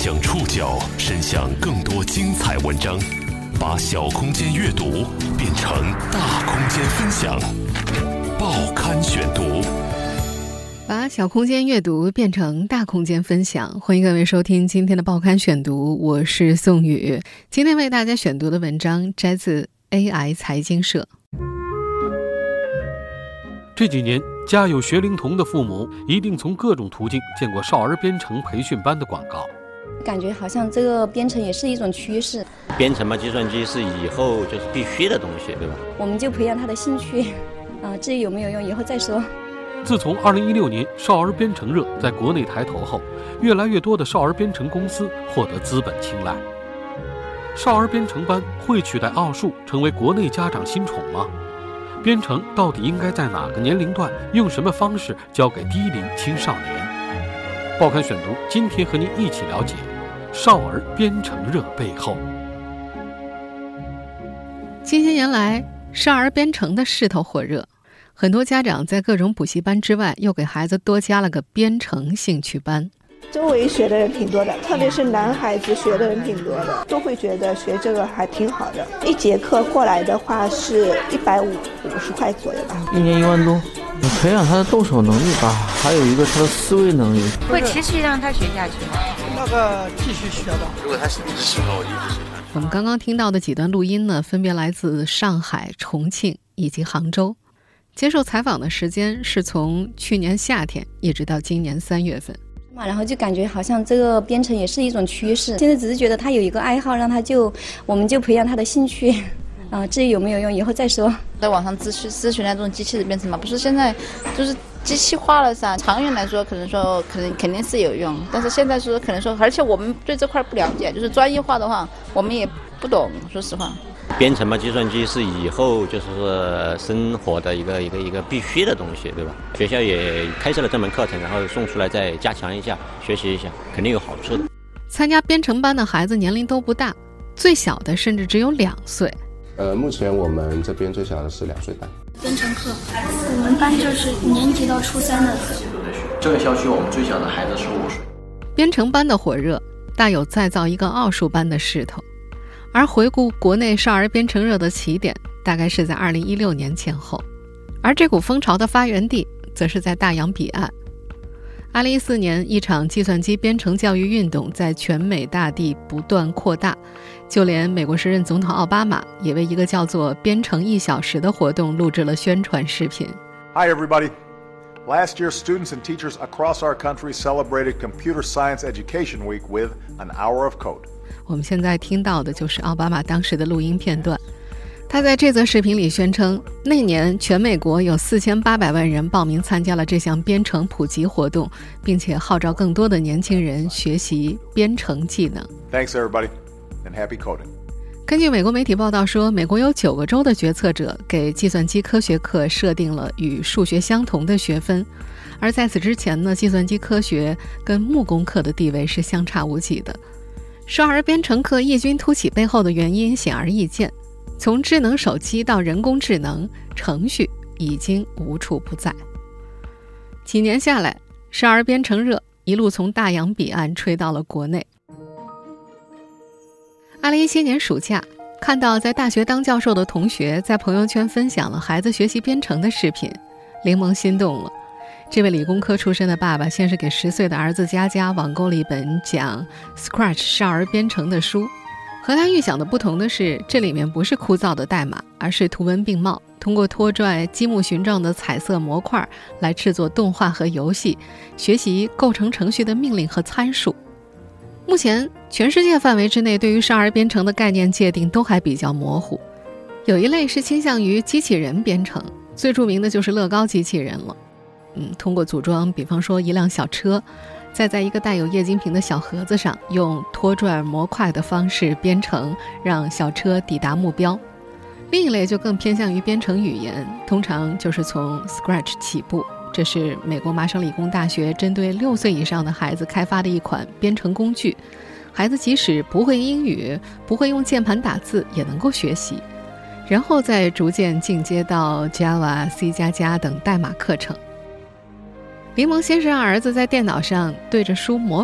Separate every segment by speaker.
Speaker 1: 将触角伸向更多精彩文章，把小空间阅读变成大空间分享。报刊选读，
Speaker 2: 把小空间阅读变成大空间分享。欢迎各位收听今天的报刊选读，我是宋宇。今天为大家选读的文章摘自 AI 财经社。
Speaker 3: 这几年，家有学龄童的父母一定从各种途径见过少儿编程培训班的广告。
Speaker 4: 感觉好像这个编程也是一种趋势。
Speaker 5: 编程嘛，计算机是以后就是必须的东西，对吧？
Speaker 4: 我们就培养他的兴趣，至于有没有用，以后再说。
Speaker 3: 自从2016年少儿编程热在国内抬头后，越来越多的少儿编程公司获得资本青睐。少儿编程班会取代奥数成为国内家长新宠吗？编程到底应该在哪个年龄段用什么方式教给低龄青少年？报刊选读今天和您一起了解少儿编程热背后。
Speaker 2: 近些年来，少儿编程的势头火热，很多家长在各种补习班之外又给孩子多加了个编程兴趣班。
Speaker 6: 周围学的人挺多的，特别是男孩子学的人挺多的，都会觉得学这个还挺好的。一节课过来的话是150块左右吧，
Speaker 7: 一年1万多。你培养他的动手能力吧，还有一个他的思维能力。
Speaker 8: 会持续让他学下去吗？
Speaker 9: 那个继续学吧，
Speaker 10: 如果他一直喜欢，我就一直学下去。
Speaker 2: 我们刚刚听到的几段录音呢，分别来自上海、重庆以及杭州。接受采访的时间是从去年夏天一直到今年3月份。
Speaker 4: 然后就感觉好像这个编程也是一种趋势。现在只是觉得他有一个爱好，我们就培养他的兴趣，至于有没有用，以后再说。
Speaker 8: 在网上咨询那种机器的编程嘛，不是现在就是机器化了噻。长远来说，肯定是有用，但是现在说可能说，而且我们对这块不了解，就是专业化的话，我们也不懂，说实话。
Speaker 5: 编程嘛，计算机是以后就是说生活的一个必须的东西，对吧？学校也开设了这门课程，然后送出来再加强一下，学习一下，肯定有好处的。
Speaker 2: 参加编程班的孩子年龄都不大，最小的甚至只有2岁。
Speaker 11: 目前我们这边最小的是2岁半。
Speaker 12: 编程课，我们班就是5年级到初3的课。
Speaker 10: 这个校区我们最小的孩子是5岁。
Speaker 2: 编程班的火热，大有再造一个奥数班的势头。而回顾国内少儿编程热的起点，大概是在2016年前后，而这股风潮的发源地则是在大洋彼岸。2014年，一场计算机编程教育运动在全美大地不断扩大，就连美国时任总统奥巴马也为一个叫做“编程1小时”的活动录制了宣传视频。
Speaker 13: Hi everybody. Last year, students and teachers across our country celebrated Computer Science Education Week with an hour of code.
Speaker 2: 我们现在听到的就是奥巴马当时的录音片段。他在这则视频里宣称，那年全美国有4800万人报名参加了这项编程普及活动，并且号召更多的年轻人学习编程技能。
Speaker 13: Thanks everybody and happy coding.
Speaker 2: 根据美国媒体报道说，美国有9个州的决策者给计算机科学课设定了与数学相同的学分，而在此之前呢，计算机科学跟木工课的地位是相差无几的。少儿编程课异军突起背后的原因显而易见，从智能手机到人工智能，程序已经无处不在。几年下来，少儿编程热一路从大洋彼岸吹到了国内。2017年暑假，看到在大学当教授的同学在朋友圈分享了孩子学习编程的视频，柠檬心动了。这位理工科出身的爸爸先是给10岁的儿子佳佳网购了一本讲 Scratch 少儿编程的书。和他预想的不同的是，这里面不是枯燥的代码，而是图文并茂，通过拖拽积木形状的彩色模块来制作动画和游戏，学习构成程序的命令和参数。目前全世界范围之内对于少儿编程的概念界定都还比较模糊，有一类是倾向于机器人编程，最著名的就是乐高机器人了。通过组装比方说一辆小车，再在一个带有液晶屏的小盒子上用拖拽模块的方式编程，让小车抵达目标。另一类就更偏向于编程语言，通常就是从 Scratch 起步，这是美国麻省理工大学针对6岁以上的孩子开发的一款编程工具，孩子即使不会英语，不会用键盘打字也能够学习，然后再逐渐进阶到 Java、C++ 等代码课程。柠檬先是让儿子在电脑上对着书模仿，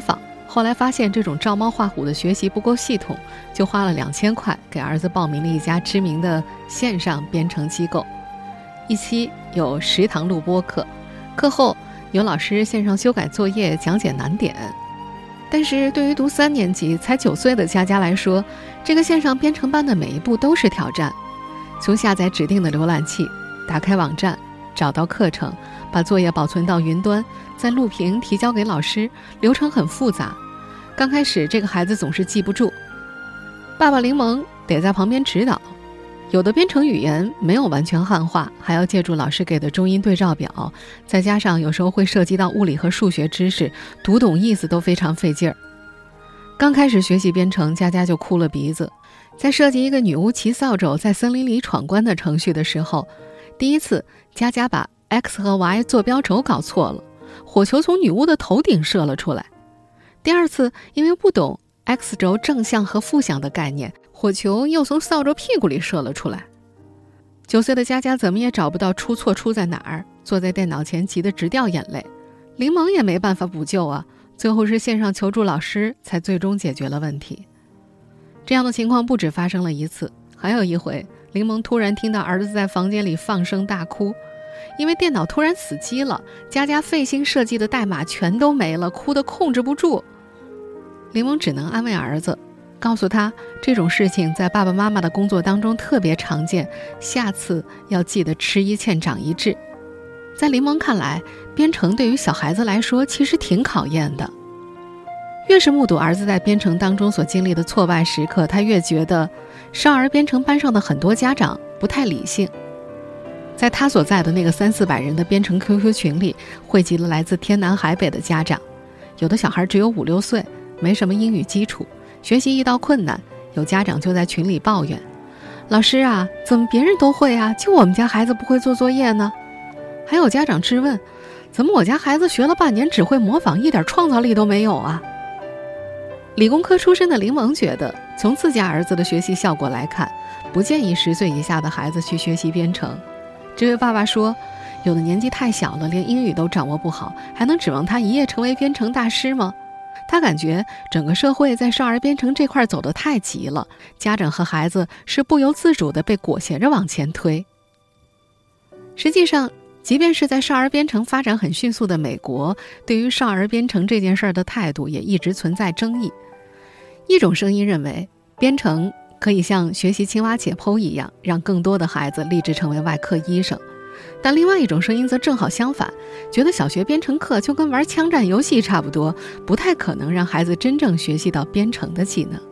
Speaker 2: 后来发现这种照猫画虎的学习不够系统，就花了2000块给儿子报名了一家知名的线上编程机构。一期有10堂录播课，课后有老师线上修改作业，讲解难点。但是对于读3年级才9岁的佳佳来说，这个线上编程班的每一步都是挑战。从下载指定的浏览器，打开网站，找到课程，把作业保存到云端，再录屏提交给老师，流程很复杂。刚开始这个孩子总是记不住，爸爸林萌得在旁边指导。有的编程语言没有完全汉化，还要借助老师给的中英对照表，再加上有时候会涉及到物理和数学知识，读懂意思都非常费劲儿。刚开始学习编程，佳佳就哭了鼻子。在设计一个女巫骑扫帚在森林里闯关的程序的时候，第一次佳佳把 X 和 Y 坐标轴搞错了，火球从女巫的头顶射了出来。第二次因为不懂 X 轴正向和负向的概念，火球又从扫帚屁股里射了出来。9岁的佳佳怎么也找不到出错出在哪儿，坐在电脑前急得直掉眼泪。林萌也没办法补救啊，最后是线上求助老师才最终解决了问题。这样的情况不止发生了一次，还有一回，林萌突然听到儿子在房间里放声大哭，因为电脑突然死机了，佳佳费心设计的代码全都没了，哭得控制不住。林萌只能安慰儿子，告诉他这种事情在爸爸妈妈的工作当中特别常见，下次要记得吃一堑长一智。在林萌看来，编程对于小孩子来说其实挺考验的。越是目睹儿子在编程当中所经历的挫败时刻，他越觉得少儿编程班上的很多家长不太理性。在他所在的那个300-400人的编程 QQ 群里，汇集了来自天南海北的家长。有的小孩只有5-6岁，没什么英语基础，学习遇到困难，有家长就在群里抱怨，老师啊，怎么别人都会啊，就我们家孩子不会做作业呢？还有家长质问，怎么我家孩子学了半年只会模仿，一点创造力都没有啊？理工科出身的林萌觉得，从自家儿子的学习效果来看，不建议10岁以下的孩子去学习编程。这位爸爸说，有的年纪太小了，连英语都掌握不好，还能指望他一夜成为编程大师吗？他感觉整个社会在少儿编程这块走得太急了，家长和孩子是不由自主地被裹挟着往前推。实际上，即便是在少儿编程发展很迅速的美国，对于少儿编程这件事的态度也一直存在争议。一种声音认为，编程可以像学习青蛙解剖一样，让更多的孩子立志成为外科医生。但另外一种声音则正好相反，觉得小学编程课就跟玩枪战游戏差不多，不太可能让孩子真正学习到编程的技能。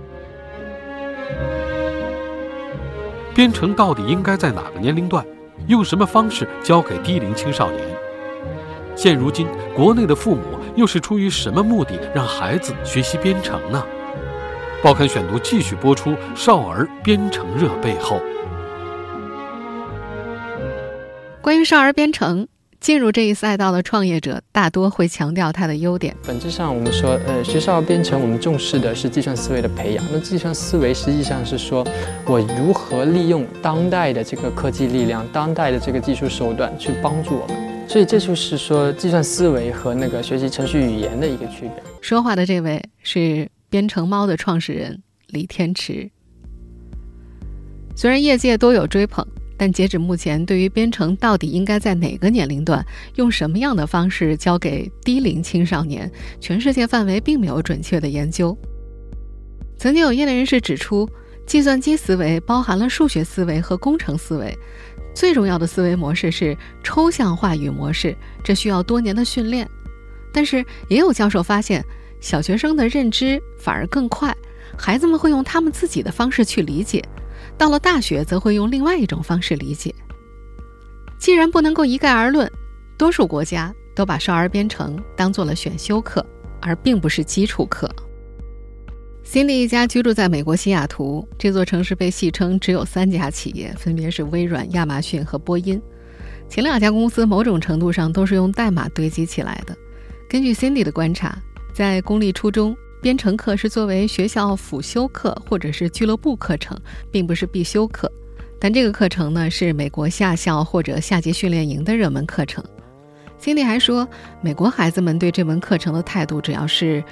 Speaker 3: 编程到底应该在哪个年龄段，用什么方式教给低龄青少年？现如今，国内的父母又是出于什么目的让孩子学习编程呢？报刊选读继续播出少儿编程热背后。
Speaker 2: 关于少儿编程，进入这一赛道的创业者大多会强调它的优点。
Speaker 14: 本质上我们说学少儿编程，我们重视的是计算思维的培养。那计算思维实际上是说我如何利用当代的这个科技力量，当代的这个技术手段去帮助我们。所以这就是说计算思维和那个学习程序语言的一个区别。
Speaker 2: 说话的这位是编程猫的创始人李天池。虽然业界都有追捧，但截止目前，对于编程到底应该在哪个年龄段，用什么样的方式教给低龄青少年，全世界范围并没有准确的研究。曾经有业内人士指出，计算机思维包含了数学思维和工程思维，最重要的思维模式是抽象化语模式，这需要多年的训练。但是也有教授发现，小学生的认知反而更快，孩子们会用他们自己的方式去理解，到了大学则会用另外一种方式理解。既然不能够一概而论，多数国家都把少儿编程当做了选修课，而并不是基础课。Cindy 一家居住在美国西雅图，这座城市被戏称只有3家企业，分别是微软、亚马逊和波音。前2家公司某种程度上都是用代码堆积起来的。根据 Cindy 的观察，在公立初中，编程课是作为学校辅修课或者是俱乐部课程，并不是必修课。但这个课程呢，是美国夏校或者夏季训练营的热门课程。Cindy 还说，美国孩子们对这门课程的态度主要是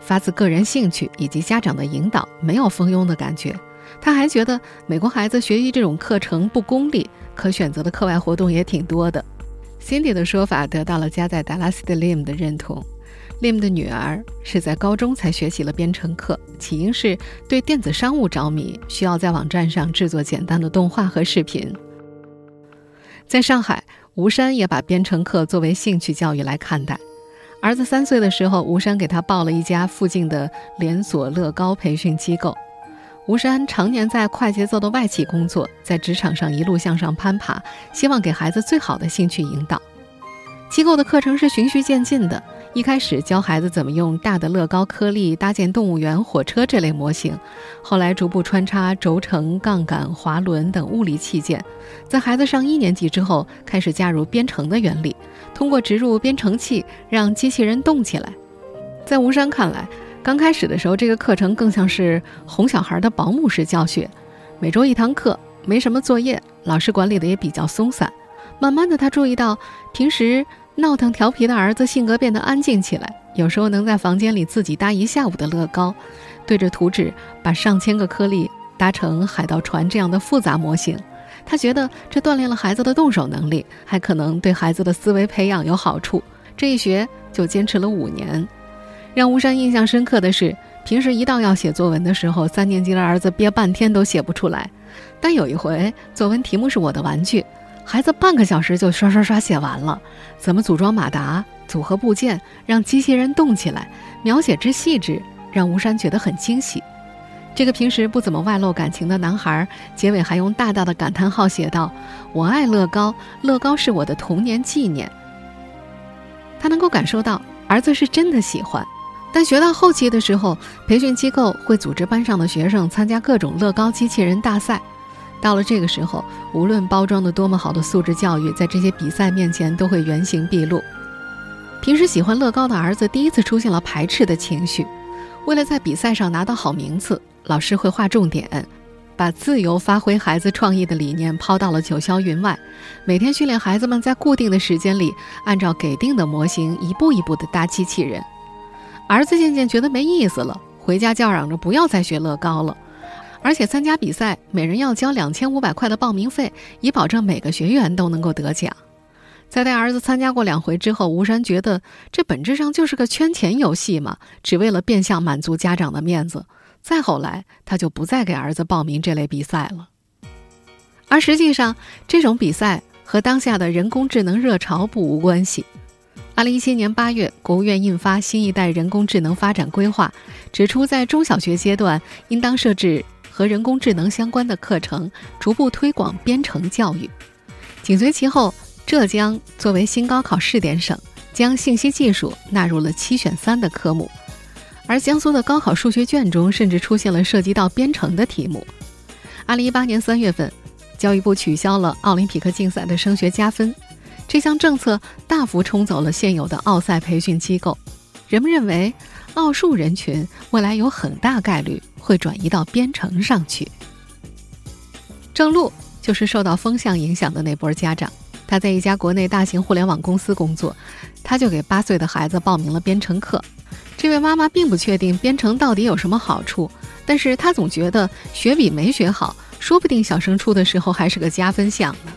Speaker 2: 发自个人兴趣以及家长的引导，没有蜂拥的感觉。他还觉得美国孩子学习这种课程不功利，可选择的课外活动也挺多的。Cindy 的说法得到了家在达拉斯的 Lim 的认同。Lim 的女儿是在高中才学习了编程课，起因是对电子商务着迷，需要在网站上制作简单的动画和视频。在上海，吴山也把编程课作为兴趣教育来看待。儿子3岁的时候，吴山给他报了一家附近的连锁乐高培训机构。吴山常年在快节奏的外企工作，在职场上一路向上攀爬，希望给孩子最好的兴趣引导。机构的课程是循序渐进的，一开始教孩子怎么用大的乐高颗粒搭建动物园、火车这类模型，后来逐步穿插轴承、杠杆、滑轮等物理器件。在孩子上1年级之后，开始加入编程的原理，通过植入编程器让机器人动起来。在吴山看来，刚开始的时候，这个课程更像是哄小孩的保姆式教学，每周1堂课，没什么作业，老师管理的也比较松散。慢慢的，他注意到平时闹腾调皮的儿子性格变得安静起来，有时候能在房间里自己搭1下午的乐高，对着图纸把上千个颗粒搭成海盗船这样的复杂模型。他觉得这锻炼了孩子的动手能力，还可能对孩子的思维培养有好处。这一学就坚持了5年。让吴山印象深刻的是，平时一到要写作文的时候，3年级的儿子憋半天都写不出来。但有一回作文题目是我的玩具，孩子半个小时就刷刷刷写完了。怎么组装马达、组合部件，让机器人动起来，描写之细致，让吴山觉得很惊喜。这个平时不怎么外露感情的男孩，结尾还用大大的感叹号写道：“我爱乐高，乐高是我的童年纪念。”他能够感受到儿子是真的喜欢。但学到后期的时候，培训机构会组织班上的学生参加各种乐高机器人大赛。到了这个时候，无论包装的多么好的素质教育，在这些比赛面前都会原形毕露。平时喜欢乐高的儿子第一次出现了排斥的情绪。为了在比赛上拿到好名次，老师会划重点，把自由发挥孩子创意的理念抛到了九霄云外。每天训练孩子们在固定的时间里，按照给定的模型一步一步地搭机器人。儿子渐渐觉得没意思了，回家叫嚷着不要再学乐高了。而且参加比赛，每人要交2500块的报名费，以保证每个学员都能够得奖。在带儿子参加过2回之后，吴山觉得这本质上就是个圈钱游戏嘛，只为了变相满足家长的面子。再后来，他就不再给儿子报名这类比赛了。而实际上，这种比赛和当下的人工智能热潮不无关系。2017年8月，国务院印发新一代人工智能发展规划，指出在中小学阶段应当设置和人工智能相关的课程，逐步推广编程教育。紧随其后，浙江作为新高考试点省，将信息技术纳入了7选3的科目，而江苏的高考数学卷中甚至出现了涉及到编程的题目。2018年3月份，教育部取消了奥林匹克竞赛的升学加分，这项政策大幅冲走了现有的奥赛培训机构。人们认为，奥数人群未来有很大概率会转移到编程上去。郑璐就是受到风向影响的那波家长，他在一家国内大型互联网公司工作，他就给8岁的孩子报名了编程课。这位妈妈并不确定编程到底有什么好处，但是她总觉得学比没学好，说不定小升初的时候还是个加分项呢。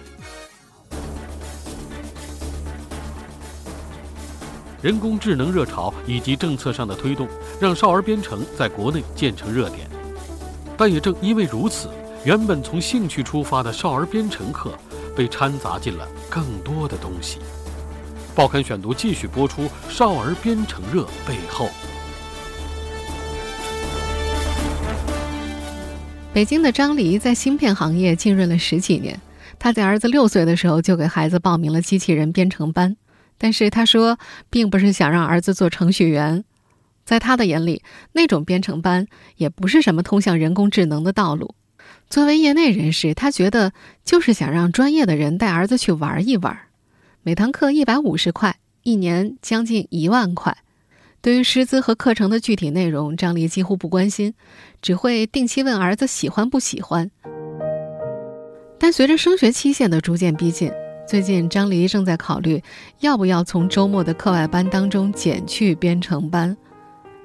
Speaker 3: 人工智能热潮以及政策上的推动，让少儿编程在国内渐成热点。但也正因为如此，原本从兴趣出发的少儿编程课被掺杂进了更多的东西。报刊选读继续播出少儿编程热背后。
Speaker 2: 北京的张黎在芯片行业浸润了10几年，他在儿子6岁的时候就给孩子报名了机器人编程班。但是他说，并不是想让儿子做程序员，在他的眼里，那种编程班也不是什么通向人工智能的道路。作为业内人士，他觉得就是想让专业的人带儿子去玩一玩。每堂课150块，1年将近1万块。对于师资和课程的具体内容，张黎几乎不关心，只会定期问儿子喜欢不喜欢。但随着升学期限的逐渐逼近，最近张黎正在考虑要不要从周末的课外班当中减去编程班。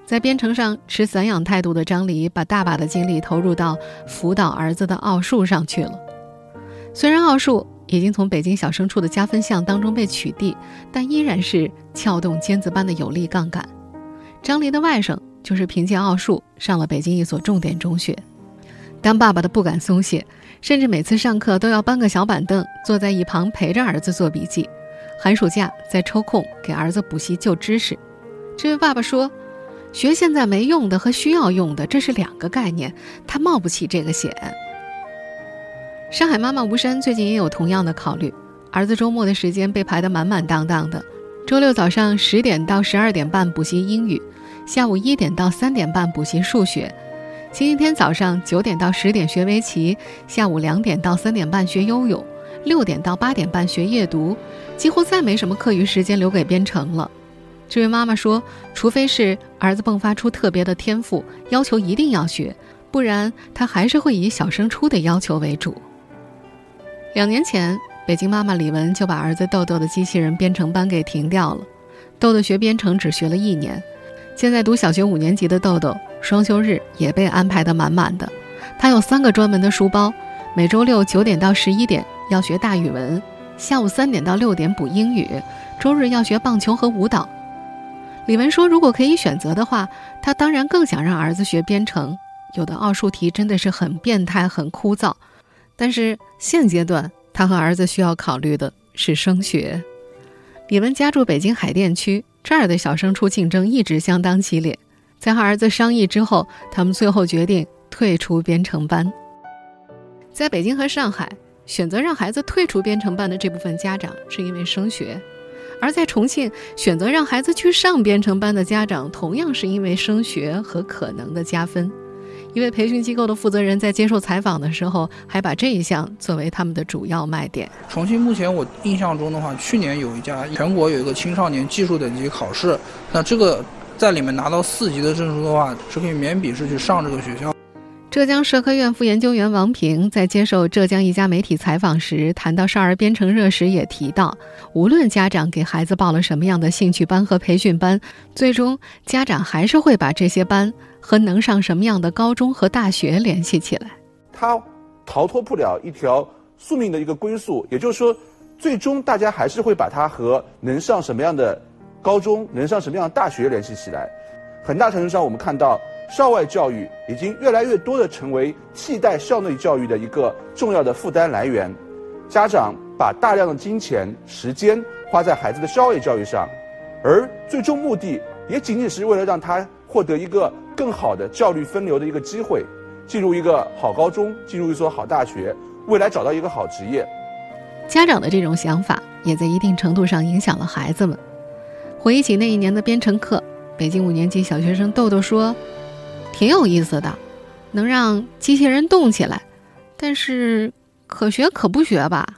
Speaker 2: 在编程上持散养态度的张黎把大把的精力投入到辅导儿子的奥数上去了。虽然奥数已经从北京小升初的加分项当中被取缔，但依然是撬动尖子班的有力杠杆。张黎的外甥就是凭借奥数上了北京一所重点中学。当爸爸的不敢松懈，甚至每次上课都要搬个小板凳坐在一旁陪着儿子做笔记，寒暑假再抽空给儿子补习旧知识。这位爸爸说，学现在没用的和需要用的，这是2个概念，他冒不起这个险。上海妈妈吴珊最近也有同样的考虑，儿子周末的时间被排得满满当当的，周六早上10点到12点半补习英语，下午1点到3点半补习数学，星期天早上9点到10点学围棋，下午2点到3点半学游泳，6点到8点半学夜读，几乎再没什么课余时间留给编程了。这位妈妈说，除非是儿子迸发出特别的天赋，要求一定要学，不然她还是会以小升初的要求为主。2年前，北京妈妈李文就把儿子豆豆的机器人编程班给停掉了。豆豆学编程只学了1年，现在读小学5年级的豆豆，双休日也被安排得满满的。他有3个专门的书包，每周六9点到11点要学大语文，下午3点到6点补英语，周日要学棒球和舞蹈。李文说，如果可以选择的话，他当然更想让儿子学编程。有的奥数题真的是很变态很枯燥，但是现阶段他和儿子需要考虑的是升学。李文家住北京海淀区，这儿的小升初竞争一直相当激烈。在和儿子商议之后，他们最后决定退出编程班。在北京和上海，选择让孩子退出编程班的这部分家长是因为升学，而在重庆，选择让孩子去上编程班的家长同样是因为升学和可能的加分。一位培训机构的负责人在接受采访的时候，还把这一项作为他们的主要卖点。
Speaker 15: 重庆目前我印象中的话，去年有一家全国有一个青少年技术等级考试，那这个在里面拿到4级的证书的话，是可以免笔试去上这个学校。
Speaker 2: 浙江社科院副研究员王平在接受浙江一家媒体采访时，谈到少儿编程热时也提到，无论家长给孩子报了什么样的兴趣班和培训班，最终家长还是会把这些班和能上什么样的高中和大学联系起来。
Speaker 16: 他逃脱不了一条宿命的一个归宿，也就是说，最终大家还是会把他和能上什么样的高中、能上什么样的大学联系起来。很大程度上，我们看到校外教育已经越来越多的成为替代校内教育的一个重要的负担来源。家长把大量的金钱、时间花在孩子的校外教育上，而最终目的也仅仅是为了让他获得一个更好的教育分流的一个机会，进入一个好高中，进入一所好大学，未来找到一个好职业。
Speaker 2: 家长的这种想法也在一定程度上影响了孩子们。回忆起那一年的编程课，北京5年级小学生豆豆说，挺有意思的，能让机器人动起来，但是可学可不学吧。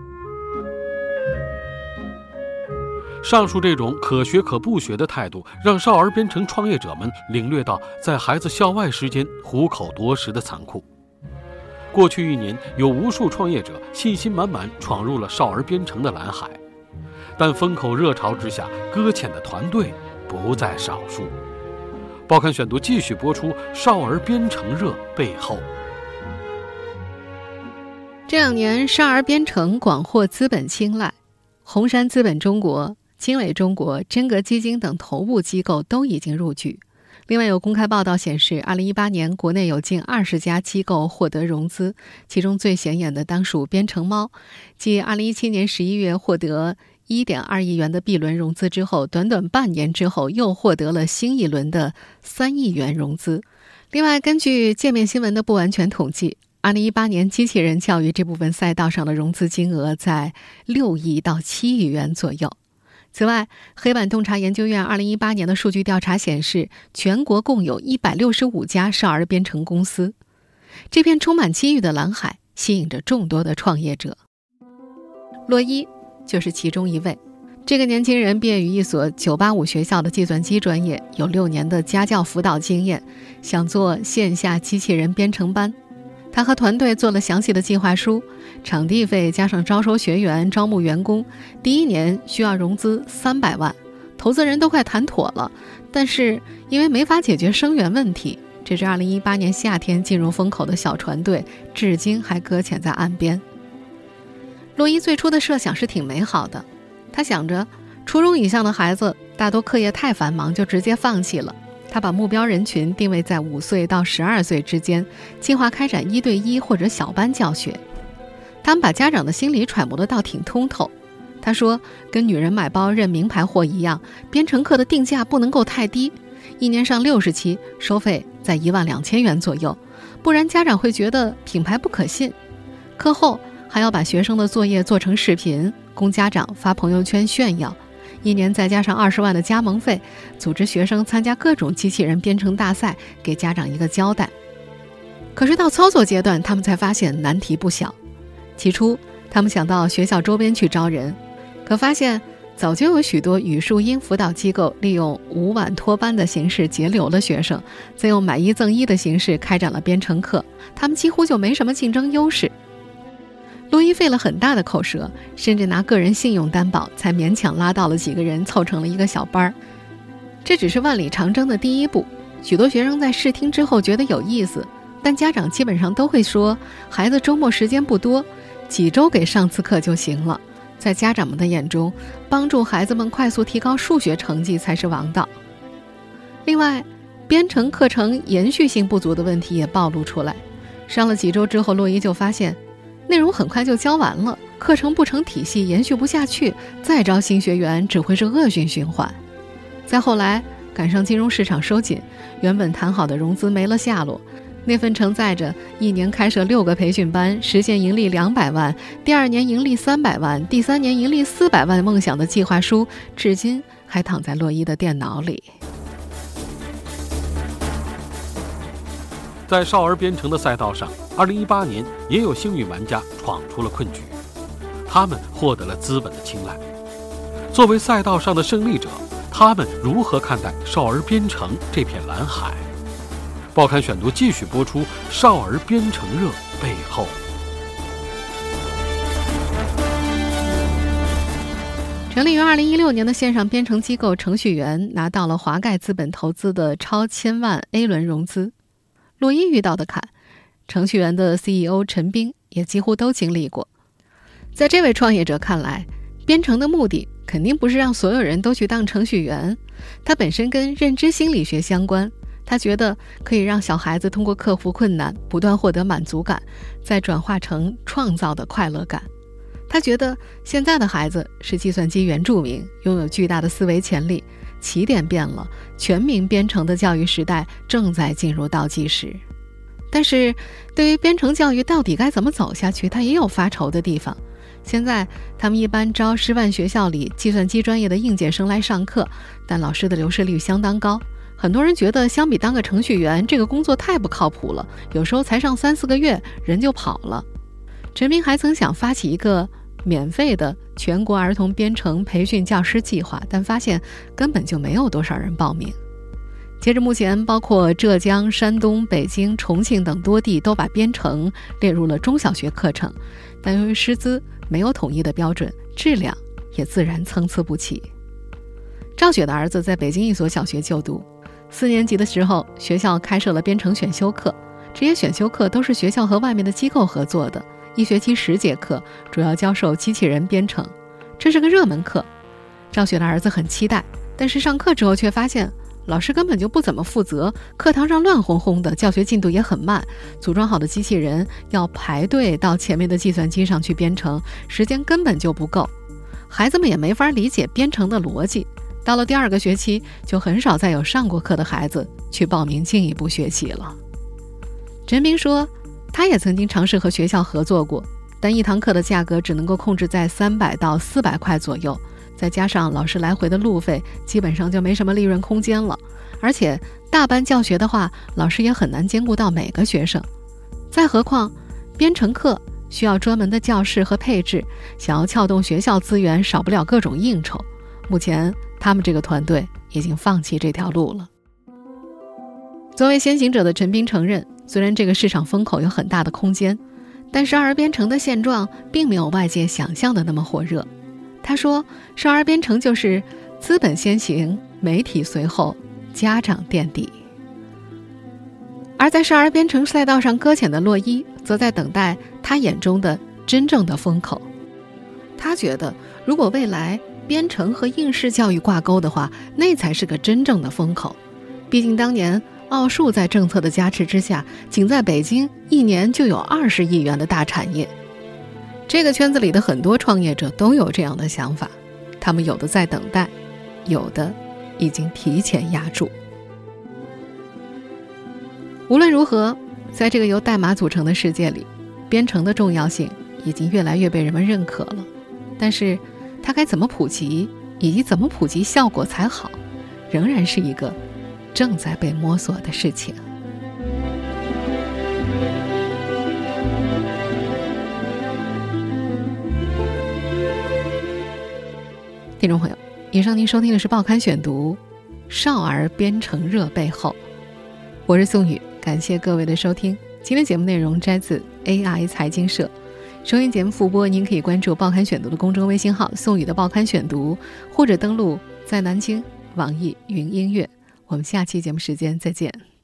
Speaker 3: 上述这种可学可不学的态度，让少儿编程创业者们领略到在孩子校外时间虎口夺食的残酷。过去1年，有无数创业者信心满满闯入了少儿编程的蓝海，但风口热潮之下，搁浅的团队不在少数。报刊选读继续播出少儿编程热背后。
Speaker 2: 这2年，少儿编程广获资本青睐，红杉资本中国、经纬中国、真格基金等头部机构都已经入局。另外有公开报道显示，2018年国内有近20家机构获得融资，其中最显眼的当属编程猫，继2017年11月获得1.2亿元的 B 轮融资之后，短短半年之后又获得了新一轮的3亿元融资。另外，根据界面新闻的不完全统计，2018年机器人教育这部分赛道上的融资金额在6亿到7亿元左右。此外，黑板洞察研究院2018年的数据调查显示，全国共有165家少儿编程公司。这片充满机遇的蓝海吸引着众多的创业者。洛伊就是其中一位。这个年轻人毕业于一所985学校的计算机专业，有6年的家教辅导经验，想做线下机器人编程班。他和团队做了详细的计划书，场地费加上招收学员、招募员工，第1年需要融资300万，投资人都快谈妥了， 但是因为没法解决生源问题，这支2018年夏天进入风口的小船队至今还搁浅在岸边。洛伊最初的设想是挺美好的，他想着初中以上的孩子大多课业太繁忙，就直接放弃了。他把目标人群定位在5岁到12岁之间，计划开展1对1或者小班教学。他们把家长的心理揣摩得倒挺通透。他说，跟女人买包认名牌货一样，编程课的定价不能够太低，1年上60期，收费在12000元左右，不然家长会觉得品牌不可信。课后还要把学生的作业做成视频，供家长发朋友圈炫耀。1年再加上20万的加盟费，组织学生参加各种机器人编程大赛，给家长一个交代。可是到操作阶段，他们才发现难题不小。起初他们想到学校周边去招人，可发现早就有许多语数英辅导机构利用5晚托班的形式节流了学生，再用买1赠1的形式开展了编程课，他们几乎就没什么竞争优势。洛伊费了很大的口舌，甚至拿个人信用担保，才勉强拉到了几个人，凑成了一个小班。这只是万里长征的第一步，许多学生在试听之后觉得有意思，但家长基本上都会说，孩子周末时间不多，几周给上次课就行了。在家长们的眼中，帮助孩子们快速提高数学成绩才是王道。另外，编程课程延续性不足的问题也暴露出来。上了几周之后，洛伊就发现内容很快就教完了，课程不成体系，延续不下去，再招新学员只会是恶性循环。再后来赶上金融市场收紧，原本谈好的融资没了下落，那份承载着1年开设6个培训班，实现盈利200万，第2年盈利300万，第3年盈利400万梦想的计划书，至今还躺在洛伊的电脑里。
Speaker 3: 在少儿编程的赛道上，2018年也有幸运玩家闯出了困局，他们获得了资本的青睐。作为赛道上的胜利者，他们如何看待少儿编程这片蓝海？报刊选读继续播出少儿编程热背后。
Speaker 2: 成立于2016年的线上编程机构程序员拿到了华盖资本投资的超1000万 A 轮融资。洛伊遇到的坎，程序员的 CEO 陈斌也几乎都经历过。在这位创业者看来，编程的目的肯定不是让所有人都去当程序员，它本身跟认知心理学相关。他觉得可以让小孩子通过克服困难，不断获得满足感，再转化成创造的快乐感。他觉得现在的孩子是计算机原住民，拥有巨大的思维潜力，起点变了，全民编程的教育时代正在进入倒计时。但是对于编程教育到底该怎么走下去，他也有发愁的地方。现在他们一般招师范学校里计算机专业的应届生来上课，但老师的流失率相当高。很多人觉得相比当个程序员，这个工作太不靠谱了，有时候才上3-4个月人就跑了。陈斌还曾想发起一个免费的全国儿童编程培训教师计划，但发现根本就没有多少人报名。截至目前，包括浙江、山东、北京、重庆等多地都把编程列入了中小学课程，但由于师资没有统一的标准，质量也自然参差不齐。赵雪的儿子在北京一所小学就读，4年级的时候，学校开设了编程选修课，这些选修课都是学校和外面的机构合作的，1学期10节课，主要教授机器人编程，这是个热门课。赵雪的儿子很期待，但是上课之后却发现老师根本就不怎么负责，课堂上乱哄哄的，教学进度也很慢，组装好的机器人要排队到前面的计算机上去编程，时间根本就不够，孩子们也没法理解编程的逻辑。到了第2个学期，就很少再有上过课的孩子去报名进一步学习了。陈斌说，他也曾经尝试和学校合作过，但一堂课的价格只能够控制在300到400块左右，再加上老师来回的路费，基本上就没什么利润空间了。而且大班教学的话，老师也很难兼顾到每个学生。再何况编程课需要专门的教室和配置，想要撬动学校资源，少不了各种应酬。目前他们这个团队已经放弃这条路了。作为先行者的陈斌承认，虽然这个市场风口有很大的空间，但少儿编程的现状并没有外界想象的那么火热。他说，少儿编程就是资本先行，媒体随后， 家长垫底。而在少儿编程赛道上搁浅的洛伊，则在等待他眼中的真正的风口。他觉得，如果未来编程和应试教育挂钩的话，那才是个真正的风口。毕竟当年奥数在政策的加持之下，仅在北京1年就有20亿元的大产业。这个圈子里的很多创业者都有这样的想法，他们有的在等待，有的已经提前压住。无论如何，在这个由代码组成的世界里，编程的重要性已经越来越被人们认可了。但是它该怎么普及，以及怎么普及效果才好，仍然是一个正在被摸索的事情。听众朋友，以上您收听的是《报刊选读》少儿编程热背后，我是宋宇，感谢各位的收听。今天节目内容摘自 AI 财经社，收听节目复播您可以关注《报刊选读》的公众微信号宋宇的报刊选读，或者登录在南京网易云音乐。我们下期节目时间再见。